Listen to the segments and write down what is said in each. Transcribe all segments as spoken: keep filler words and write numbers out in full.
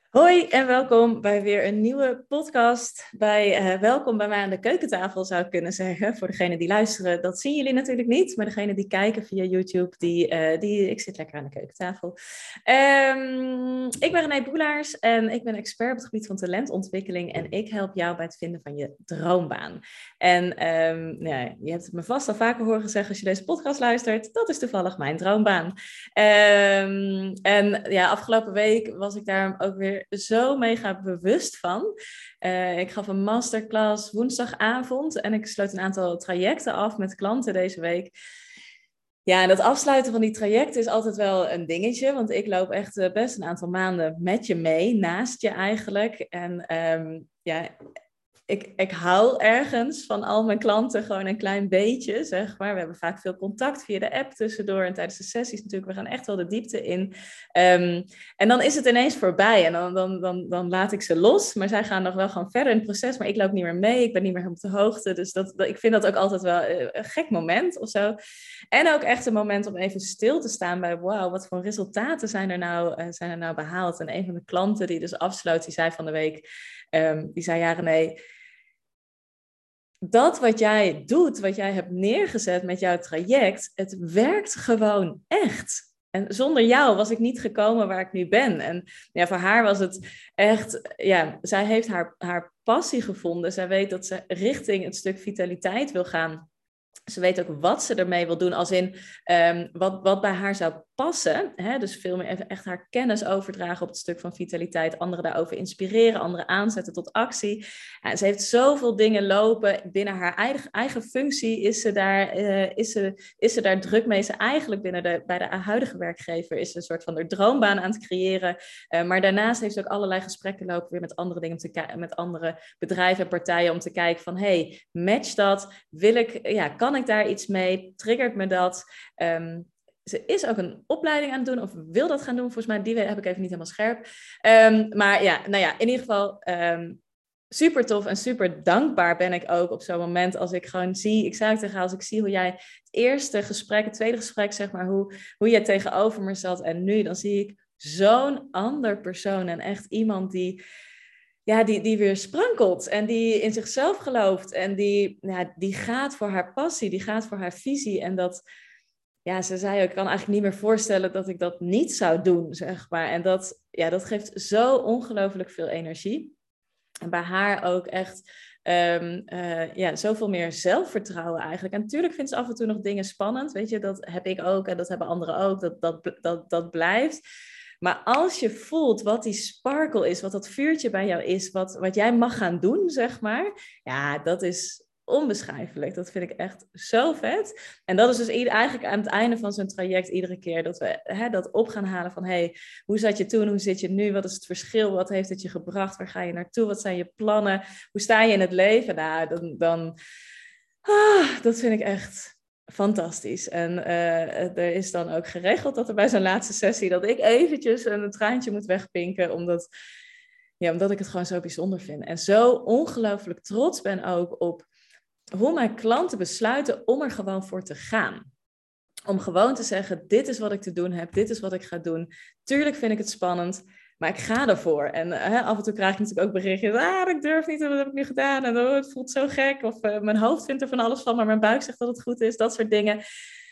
Hoi en welkom bij weer een nieuwe podcast. Bij, uh, welkom bij mij aan de keukentafel zou ik kunnen zeggen. Voor degenen die luisteren, dat zien jullie natuurlijk niet. Maar degenen die kijken via YouTube, die, uh, die, ik zit lekker aan de keukentafel. Um, ik ben René Boelaars en ik ben expert op het gebied van talentontwikkeling. En ik help jou bij het vinden van je droombaan. En um, ja, je hebt het me vast al vaker horen zeggen als je deze podcast luistert. Dat is toevallig mijn droombaan. Um, en ja, afgelopen week was ik daar ook weer zo mega bewust van. Uh, ik gaf een masterclass woensdagavond en ik sloot een aantal trajecten af met klanten deze week. Ja, en dat afsluiten van die trajecten is altijd wel een dingetje, want ik loop echt uh, best een aantal maanden met je mee, naast je eigenlijk. En um, ja, ik, ik hou ergens van al mijn klanten gewoon een klein beetje, zeg maar. We hebben vaak veel contact via de app tussendoor en tijdens de sessies natuurlijk. We gaan echt wel de diepte in. Um, en dan is het ineens voorbij en dan, dan, dan, dan laat ik ze los. Maar zij gaan nog wel gewoon verder in het proces, maar ik loop niet meer mee. Ik ben niet meer op de hoogte. Dus dat, dat, ik vind dat ook altijd wel een gek moment of zo. En ook echt een moment om even stil te staan bij, wauw, wat voor resultaten zijn er nou, uh, zijn er nou behaald? En een van de klanten die dus afsloot, die zei van de week, um, die zei, ja René, dat wat jij doet, wat jij hebt neergezet met jouw traject, het werkt gewoon echt. En zonder jou was ik niet gekomen waar ik nu ben. En ja, voor haar was het echt, ja, zij heeft haar, haar passie gevonden. Zij weet dat ze richting het stuk vitaliteit wil gaan. Ze weet ook wat ze ermee wil doen, als in um, wat, wat bij haar zou passen. Hè? Dus veel meer echt haar kennis overdragen op het stuk van vitaliteit. Anderen daarover inspireren, anderen aanzetten tot actie. Ja, ze heeft zoveel dingen lopen. Binnen haar eigen, eigen functie is ze, daar, uh, is, ze, is ze daar druk mee. Ze eigenlijk binnen de, bij de huidige werkgever is ze een soort van de droombaan aan het creëren. Uh, maar daarnaast heeft ze ook allerlei gesprekken lopen weer met andere dingen, te, met andere bedrijven en partijen om te kijken van, hey, match dat? Wil ik, ja, kan ik daar iets mee? Triggert me dat? Um, ze is ook een opleiding aan het doen, of wil dat gaan doen. Volgens mij, die heb ik even niet helemaal scherp. Um, maar ja, nou ja, in ieder geval um, super tof en super dankbaar ben ik ook op zo'n moment als ik gewoon zie, ik zei ook tegen haar, als ik zie hoe jij het eerste gesprek, het tweede gesprek, zeg maar, hoe, hoe jij tegenover me zat en nu, dan zie ik zo'n ander persoon en echt iemand die, ja, die, die weer sprankelt en die in zichzelf gelooft en die, ja, die gaat voor haar passie, die gaat voor haar visie en dat, ja, ze zei ook, ik kan eigenlijk niet meer voorstellen dat ik dat niet zou doen, zeg maar. En dat, ja, dat geeft zo ongelooflijk veel energie. En bij haar ook echt um, uh, ja, zoveel meer zelfvertrouwen eigenlijk. En natuurlijk vindt ze af en toe nog dingen spannend, weet je, dat heb ik ook en dat hebben anderen ook, dat, dat, dat, dat blijft. Maar als je voelt wat die sparkle is, wat dat vuurtje bij jou is, wat, wat jij mag gaan doen, zeg maar, ja, dat is onbeschrijfelijk. Dat vind ik echt zo vet. En dat is dus eigenlijk aan het einde van zo'n traject iedere keer dat we hè, dat op gaan halen van, hey, hoe zat je toen, hoe zit je nu, wat is het verschil, wat heeft het je gebracht, waar ga je naartoe, wat zijn je plannen, hoe sta je in het leven? Nou, dan, dan ah, dat vind ik echt fantastisch. En uh, er is dan ook geregeld dat er bij zo'n laatste sessie dat ik eventjes een traantje moet wegpinken, omdat, ja, omdat ik het gewoon zo bijzonder vind. En zo ongelooflijk trots ben ook op hoe mijn klanten besluiten om er gewoon voor te gaan. Om gewoon te zeggen, dit is wat ik te doen heb, dit is wat ik ga doen. Tuurlijk vind ik het spannend, maar ik ga ervoor. En uh, af en toe krijg ik natuurlijk ook berichtjes, ah, ik durf niet, wat heb ik nu gedaan? En oh, het voelt zo gek. Of uh, mijn hoofd vindt er van alles van, maar mijn buik zegt dat het goed is. Dat soort dingen.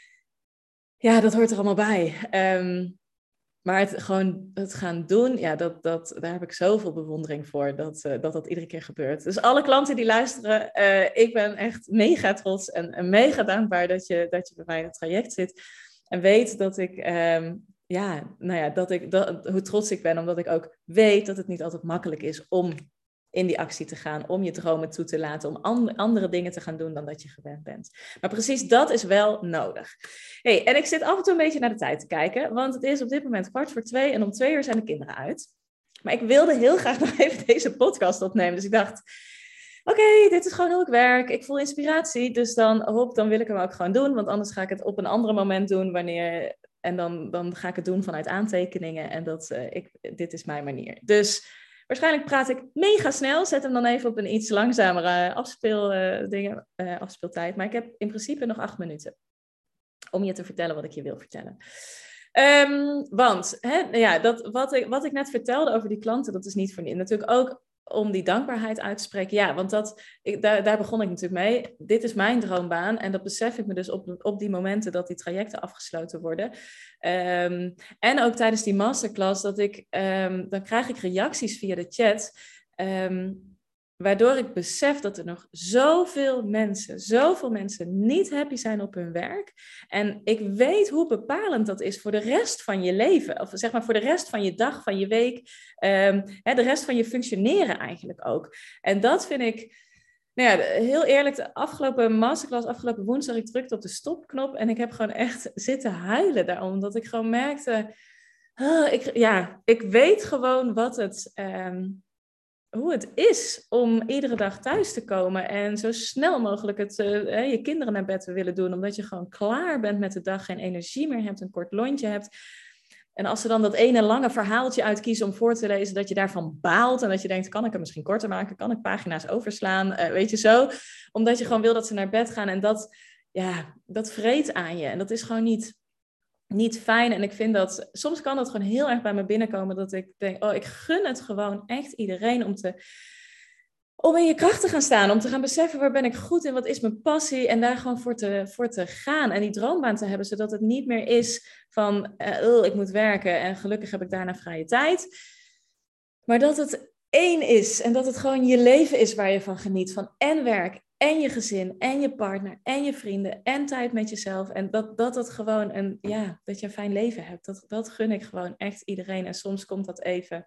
Ja, dat hoort er allemaal bij. Um, Maar het gewoon het gaan doen, ja, dat, dat, daar heb ik zoveel bewondering voor dat, uh, dat dat iedere keer gebeurt. Dus alle klanten die luisteren, uh, ik ben echt mega trots en, en mega dankbaar dat je, dat je bij mij in het traject zit. En weet dat ik, um, ja, nou ja, dat ik, dat, hoe trots ik ben, omdat ik ook weet dat het niet altijd makkelijk is om in die actie te gaan, om je dromen toe te laten, om and- andere dingen te gaan doen dan dat je gewend bent. Maar precies dat is wel nodig. Hey, en ik zit af en toe een beetje naar de tijd te kijken, want het is op dit moment kwart voor twee en om twee uur zijn de kinderen uit. Maar ik wilde heel graag nog even deze podcast opnemen, dus ik dacht, oké, okay, dit is gewoon hoe ik werk, ik voel inspiratie, dus dan, hop, dan wil ik hem ook gewoon doen, want anders ga ik het op een ander moment doen, wanneer, en dan, dan ga ik het doen vanuit aantekeningen en dat, uh, ik, dit is mijn manier. Dus waarschijnlijk praat ik mega snel. Zet hem dan even op een iets langzamere afspeel, uh, dingen, uh, afspeeltijd. Maar ik heb in principe nog acht minuten om je te vertellen wat ik je wil vertellen. Um, want hè, ja, dat, wat, ik, wat ik net vertelde over die klanten, dat is niet voor niets. Natuurlijk ook om die dankbaarheid uit te spreken. Ja, want dat, ik, daar, daar begon ik natuurlijk mee. Dit is mijn droombaan. En dat besef ik me dus op, op die momenten dat die trajecten afgesloten worden. Um, en ook tijdens die masterclass, dat ik, um, dan krijg ik reacties via de chat. Um, Waardoor ik besef dat er nog zoveel mensen, zoveel mensen niet happy zijn op hun werk. En ik weet hoe bepalend dat is voor de rest van je leven. Of zeg maar voor de rest van je dag, van je week. Um, hè, de rest van je functioneren eigenlijk ook. En dat vind ik, nou ja, heel eerlijk, de afgelopen masterclass, afgelopen woensdag, ik drukte op de stopknop. En ik heb gewoon echt zitten huilen daarom. Omdat ik gewoon merkte, oh, ik, ja, ik weet gewoon wat het... Um, hoe het is om iedere dag thuis te komen en zo snel mogelijk het, uh, je kinderen naar bed te willen doen, omdat je gewoon klaar bent met de dag, geen energie meer hebt, een kort lontje hebt. En als ze dan dat ene lange verhaaltje uitkiezen om voor te lezen, dat je daarvan baalt en dat je denkt, kan ik het misschien korter maken, kan ik pagina's overslaan, uh, weet je zo. Omdat je gewoon wil dat ze naar bed gaan en dat, ja, dat vreet aan je. En dat is gewoon niet... niet fijn. En ik vind dat, soms kan dat gewoon heel erg bij me binnenkomen, dat ik denk, oh, ik gun het gewoon echt iedereen om te, om in je kracht te gaan staan, om te gaan beseffen, waar ben ik goed in, wat is mijn passie, en daar gewoon voor te, voor te gaan en die droombaan te hebben, zodat het niet meer is van, uh, oh, ik moet werken en gelukkig heb ik daarna vrije tijd. Maar dat het één is en dat het gewoon je leven is waar je van geniet, van en werk en je gezin, en je partner, en je vrienden, en tijd met jezelf. En dat, dat het gewoon een, ja, dat je een fijn leven hebt. Dat, dat gun ik gewoon echt iedereen. En soms komt dat even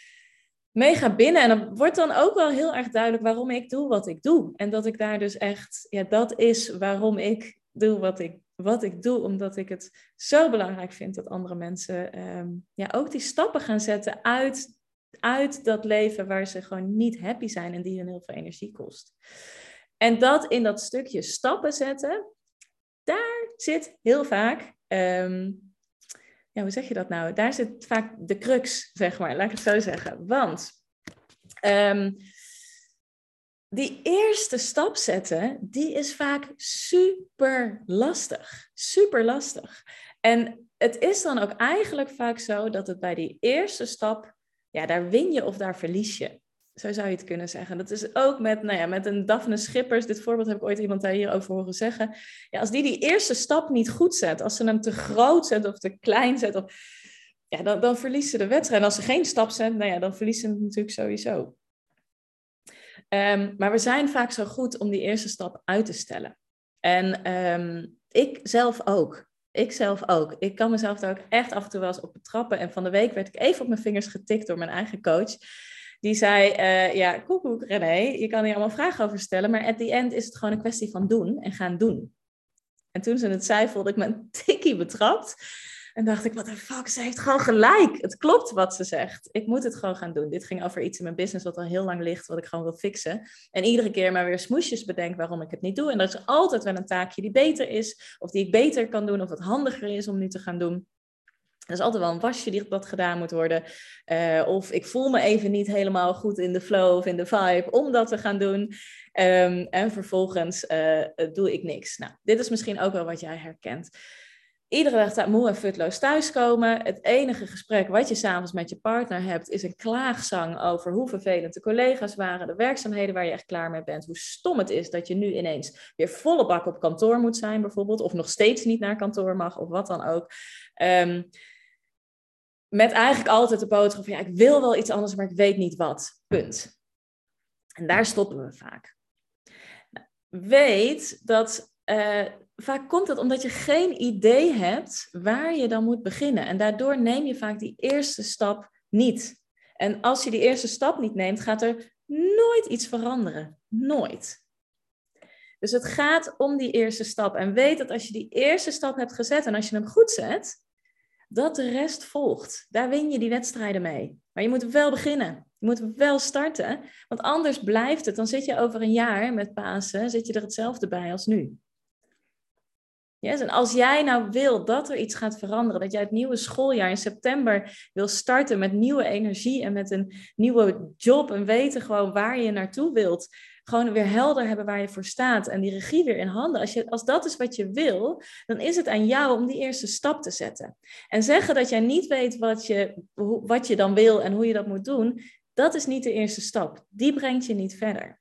mega binnen. En dan wordt dan ook wel heel erg duidelijk waarom ik doe wat ik doe. En dat ik daar dus echt, ja, dat is waarom ik doe wat ik, wat ik doe. Omdat ik het zo belangrijk vind dat andere mensen um, ja, ook die stappen gaan zetten uit, uit dat leven waar ze gewoon niet happy zijn en die hun heel veel energie kost. En dat in dat stukje stappen zetten, daar zit heel vaak, um, ja, hoe zeg je dat nou? Daar zit vaak de crux, zeg maar, laat ik het zo zeggen. Want um, die eerste stap zetten, die is vaak super lastig. Super lastig. En het is dan ook eigenlijk vaak zo dat het bij die eerste stap, ja, daar win je of daar verlies je. Zo zou je het kunnen zeggen. Dat is ook met, nou ja, met een Daphne Schippers. Dit voorbeeld heb ik ooit iemand daar hierover horen zeggen. Ja, als die die eerste stap niet goed zet, als ze hem te groot zet of te klein zet, of, ja, dan, dan verliest ze de wedstrijd. En als ze geen stap zet, nou ja, dan verliest ze hem natuurlijk sowieso. Um, maar we zijn vaak zo goed om die eerste stap uit te stellen. En um, ik zelf ook. Ik zelf ook. Ik kan mezelf daar ook echt af en toe wel eens op betrappen. En van de week werd ik even op mijn vingers getikt door mijn eigen coach. Die zei, uh, ja, koekoek René, je kan hier allemaal vragen over stellen, maar at the end is het gewoon een kwestie van doen en gaan doen. En toen ze het zei, voelde ik me een tikkie betrapt. En dacht ik, wat de fuck, ze heeft gewoon gelijk. Het klopt wat ze zegt. Ik moet het gewoon gaan doen. Dit ging over iets in mijn business wat al heel lang ligt, wat ik gewoon wil fixen. En iedere keer maar weer smoesjes bedenk waarom ik het niet doe. En dat is altijd wel een taakje die beter is, of die ik beter kan doen, of wat handiger is om nu te gaan doen. Er is altijd wel een wasje die dat gedaan moet worden. Uh, of ik voel me even niet helemaal goed in de flow of in de vibe om dat te gaan doen. Um, en vervolgens uh, doe ik niks. Nou, dit is misschien ook wel wat jij herkent. Iedere dag moe en futloos thuiskomen. Het enige gesprek wat je 's avonds met je partner hebt is een klaagzang over hoe vervelend de collega's waren, de werkzaamheden waar je echt klaar mee bent, hoe stom het is dat je nu ineens weer volle bak op kantoor moet zijn bijvoorbeeld, of nog steeds niet naar kantoor mag, of wat dan ook. Um, met eigenlijk altijd de boodschap van ja, ik wil wel iets anders, maar ik weet niet wat. Punt. En daar stoppen we vaak. Nou, weet dat uh, vaak komt het omdat je geen idee hebt waar je dan moet beginnen. En daardoor neem je vaak die eerste stap niet. En als je die eerste stap niet neemt, gaat er nooit iets veranderen. Nooit. Dus het gaat om die eerste stap. En weet dat als je die eerste stap hebt gezet en als je hem goed zet, dat de rest volgt. Daar win je die wedstrijden mee. Maar je moet wel beginnen. Je moet wel starten. Want anders blijft het. Dan zit je over een jaar met Pasen, zit je er hetzelfde bij als nu. Yes? En als jij nou wil dat er iets gaat veranderen, dat jij het nieuwe schooljaar in september wil starten met nieuwe energie en met een nieuwe job en weten gewoon waar je naartoe wilt, gewoon weer helder hebben waar je voor staat en die regie weer in handen. Als, je, als dat is wat je wil, dan is het aan jou om die eerste stap te zetten. En zeggen dat jij niet weet wat je, wat je dan wil en hoe je dat moet doen, dat is niet de eerste stap. Die brengt je niet verder.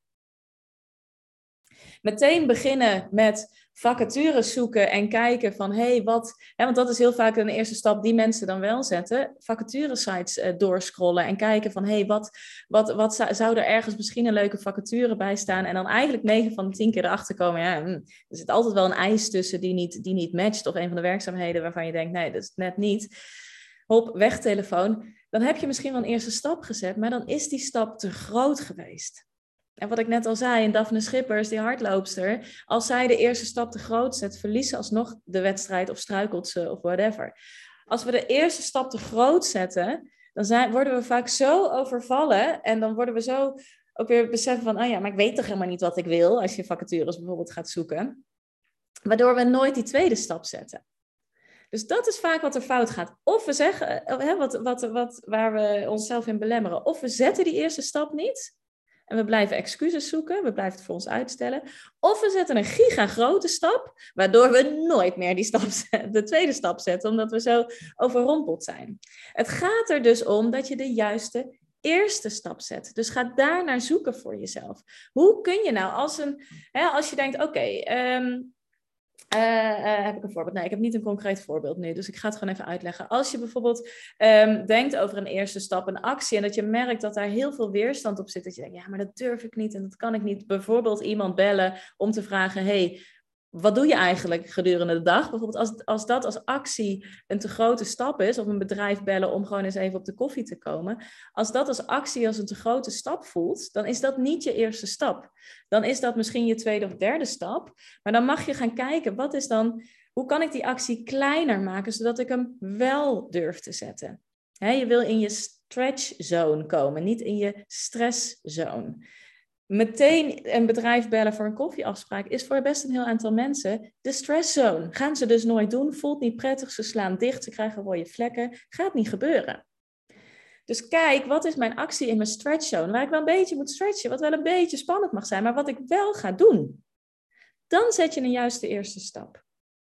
Meteen beginnen met vacatures zoeken en kijken van, hé, hey, wat... Hè, want dat is heel vaak een eerste stap die mensen dan wel zetten. Vacaturesites uh, doorscrollen en kijken van, hé, hey, wat, wat, wat zou, zou er ergens misschien een leuke vacature bij staan? En dan eigenlijk negen van de tien keer erachter komen, ja, hm, er zit altijd wel een eis tussen die niet, die niet matcht. Of een van de werkzaamheden waarvan je denkt, nee, dat is net niet. Hop, wegtelefoon. Dan heb je misschien wel een eerste stap gezet, maar dan is die stap te groot geweest. En wat ik net al zei, in Daphne Schippers, die hardloopster, als zij de eerste stap te groot zet, verliest ze alsnog de wedstrijd of struikelt ze of whatever. Als we de eerste stap te groot zetten, dan zijn, worden we vaak zo overvallen en dan worden we zo ook weer beseffen van, oh ja, maar ik weet toch helemaal niet wat ik wil, als je vacatures bijvoorbeeld gaat zoeken, waardoor we nooit die tweede stap zetten. Dus dat is vaak wat er fout gaat. Of we zeggen, hè, wat, wat, wat, waar we onszelf in belemmeren, of we zetten die eerste stap niet. En we blijven excuses zoeken, we blijven het voor ons uitstellen. Of we zetten een gigagrote stap, waardoor we nooit meer die stap, de tweede stap zetten, omdat we zo overrompeld zijn. Het gaat er dus om dat je de juiste eerste stap zet. Dus ga daar naar zoeken voor jezelf. Hoe kun je nou, als, een, hè, als je denkt, oké, okay, um, Uh, uh, heb ik een voorbeeld? Nee, ik heb niet een concreet voorbeeld nu, dus ik ga het gewoon even uitleggen. Als je bijvoorbeeld um, denkt over een eerste stap, een actie, en dat je merkt dat daar heel veel weerstand op zit, dat je denkt, ja, maar dat durf ik niet en dat kan ik niet. Bijvoorbeeld iemand bellen om te vragen, hey, wat doe je eigenlijk gedurende de dag? Bijvoorbeeld als, als dat als actie een te grote stap is, of een bedrijf bellen om gewoon eens even op de koffie te komen. Als dat als actie als een te grote stap voelt, dan is dat niet je eerste stap. Dan is dat misschien je tweede of derde stap. Maar dan mag je gaan kijken, wat is dan, hoe kan ik die actie kleiner maken, zodat ik hem wel durf te zetten? He, je wil in je stretch zone komen, niet in je stress zone. Meteen een bedrijf bellen voor een koffieafspraak is voor best een heel aantal mensen de stresszone. Gaan ze dus nooit doen, voelt niet prettig, ze slaan dicht, ze krijgen rode vlekken. Gaat niet gebeuren. Dus kijk, wat is mijn actie in mijn stretchzone? Waar ik wel een beetje moet stretchen, wat wel een beetje spannend mag zijn, maar wat ik wel ga doen. Dan zet je een juiste eerste stap.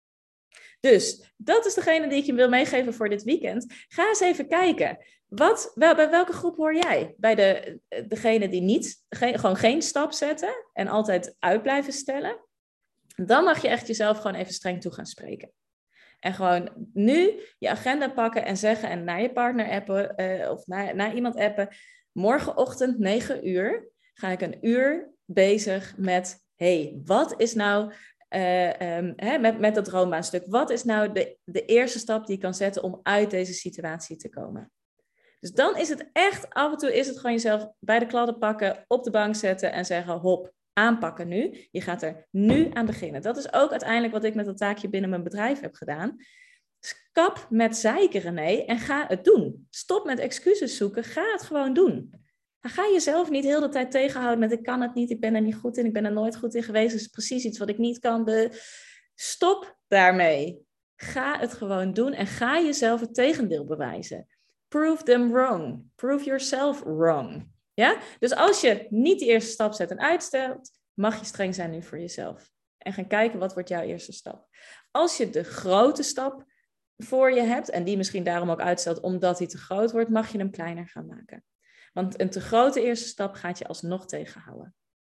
Dus dat is degene die ik je wil meegeven voor dit weekend. Ga eens even kijken. Wat, wel, bij welke groep hoor jij? Bij de, degene die niet, geen, gewoon geen stap zetten en altijd uit blijven stellen? Dan mag je echt jezelf gewoon even streng toe gaan spreken. En gewoon nu je agenda pakken en zeggen en naar je partner appen uh, of naar, naar iemand appen. Morgenochtend negen uur ga ik een uur bezig met, hey, wat is nou... Uh, um, hè, met, met dat droombaanstuk. Wat is nou de, de eerste stap die je kan zetten om uit deze situatie te komen? Dus dan is het echt, af en toe is het gewoon jezelf bij de kladden pakken, op de bank zetten en zeggen, hop, aanpakken nu. Je gaat er nu aan beginnen. Dat is ook uiteindelijk wat ik met dat taakje binnen mijn bedrijf heb gedaan. Kap met zeiken, René, en ga het doen. Stop met excuses zoeken, ga het gewoon doen. Ga jezelf niet heel de tijd tegenhouden met ik kan het niet, ik ben er niet goed in, ik ben er nooit goed in geweest, het is precies iets wat ik niet kan. De... Stop daarmee. Ga het gewoon doen en ga jezelf het tegendeel bewijzen. Prove them wrong. Prove yourself wrong. Ja? Dus als je niet die eerste stap zet en uitstelt, mag je streng zijn nu voor jezelf. En gaan kijken, wat wordt jouw eerste stap? Als je de grote stap voor je hebt, en die misschien daarom ook uitstelt omdat die te groot wordt, mag je hem kleiner gaan maken. Want een te grote eerste stap gaat je alsnog tegenhouden.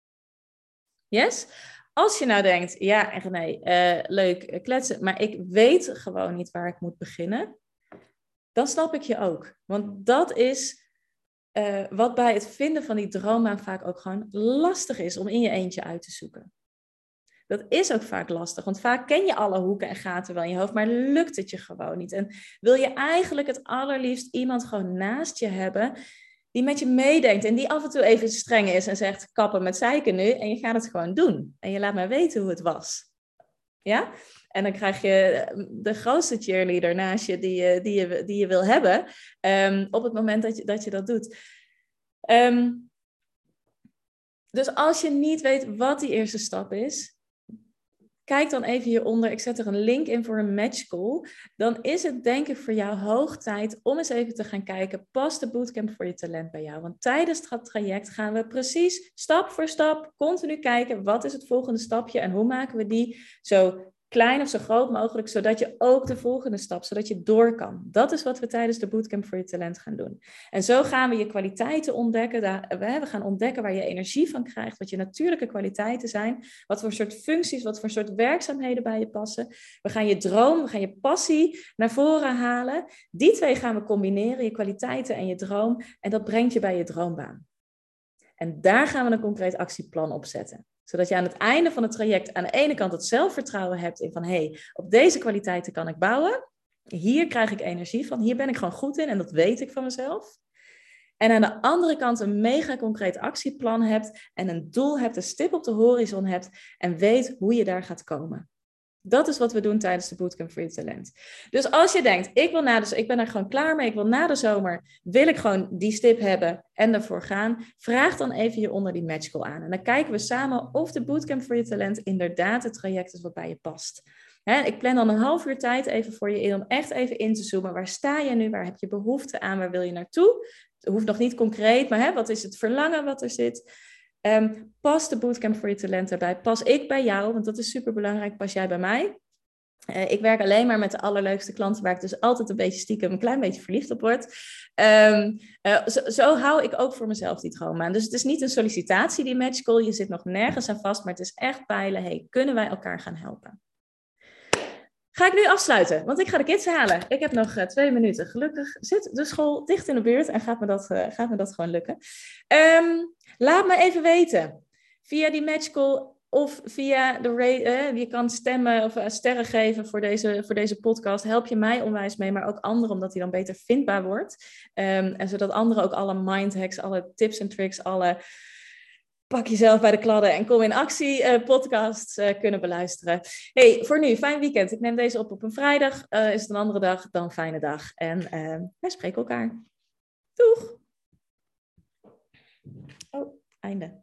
Yes? Als je nou denkt, ja René, uh, leuk kletsen, maar ik weet gewoon niet waar ik moet beginnen, dan snap ik je ook. Want dat is uh, wat bij het vinden van die droombaan vaak ook gewoon lastig is om in je eentje uit te zoeken. Dat is ook vaak lastig, want vaak ken je alle hoeken en gaten wel in je hoofd, maar lukt het je gewoon niet. En wil je eigenlijk het allerliefst iemand gewoon naast je hebben die met je meedenkt en die af en toe even streng is en zegt, kappen met zeiken nu, en je gaat het gewoon doen. En je laat mij weten hoe het was. Ja? En dan krijg je de grootste cheerleader naast je die je, die je, die je wil hebben, um, op het moment dat je dat, je dat doet. Um, dus als je niet weet wat die eerste stap is, kijk dan even hieronder. Ik zet er een link in voor een match call. Dan is het denk ik voor jou hoog tijd om eens even te gaan kijken. Past de bootcamp voor je talent bij jou? Want tijdens het traject gaan we precies stap voor stap continu kijken. Wat is het volgende stapje en hoe maken we die zo klein of zo groot mogelijk, zodat je ook de volgende stap, zodat je door kan. Dat is wat we tijdens de bootcamp voor je talent gaan doen. En zo gaan we je kwaliteiten ontdekken. We gaan ontdekken waar je energie van krijgt, wat je natuurlijke kwaliteiten zijn, wat voor soort functies, wat voor soort werkzaamheden bij je passen. We gaan je droom, we gaan je passie naar voren halen. Die twee gaan we combineren, je kwaliteiten en je droom. En dat brengt je bij je droombaan. En daar gaan we een concreet actieplan op zetten. Zodat je aan het einde van het traject aan de ene kant het zelfvertrouwen hebt in van hé, hey, op deze kwaliteiten kan ik bouwen. Hier krijg ik energie van, hier ben ik gewoon goed in en dat weet ik van mezelf. En aan de andere kant een mega concreet actieplan hebt en een doel hebt, een stip op de horizon hebt en weet hoe je daar gaat komen. Dat is wat we doen tijdens de Bootcamp voor je talent. Dus als je denkt, ik, wil na de, ik ben er gewoon klaar mee, ik wil na de zomer, wil ik gewoon die stip hebben en ervoor gaan, vraag dan even hieronder die matchcall aan. En dan kijken we samen of de Bootcamp voor je talent inderdaad het traject is wat bij je past. He, ik plan dan een half uur tijd even voor je in om echt even in te zoomen. Waar sta je nu? Waar heb je behoefte aan? Waar wil je naartoe? Het hoeft nog niet concreet, maar he, wat is het verlangen wat er zit? Um, pas de bootcamp voor je talent erbij. Pas ik bij jou, want dat is superbelangrijk. Pas jij bij mij. Uh, ik werk alleen maar met de allerleukste klanten, waar ik dus altijd een beetje stiekem een klein beetje verliefd op word. Um, uh, zo, zo hou ik ook voor mezelf die droom aan. Dus het is niet een sollicitatie, die matchcall. Je zit nog nergens aan vast, maar het is echt peilen. Hey, kunnen wij elkaar gaan helpen? Ga ik nu afsluiten, want ik ga de kids halen. Ik heb nog uh, twee minuten. Gelukkig zit de school dicht in de buurt en gaat me dat, uh, gaat me dat gewoon lukken. Um, laat me even weten, via die matchcall of via de rate, uh, je kan stemmen of uh, sterren geven voor deze, voor deze podcast. Help je mij onwijs mee, maar ook anderen, omdat die dan beter vindbaar wordt. Um, en zodat anderen ook alle mindhacks, alle tips en tricks, alle pak jezelf bij de kladden en kom in actie uh, podcasts uh, kunnen beluisteren. Hey, voor nu, fijn weekend. Ik neem deze op op een vrijdag. Uh, is het een andere dag, dan een fijne dag. En uh, wij spreken elkaar. Doeg! Oh, einde.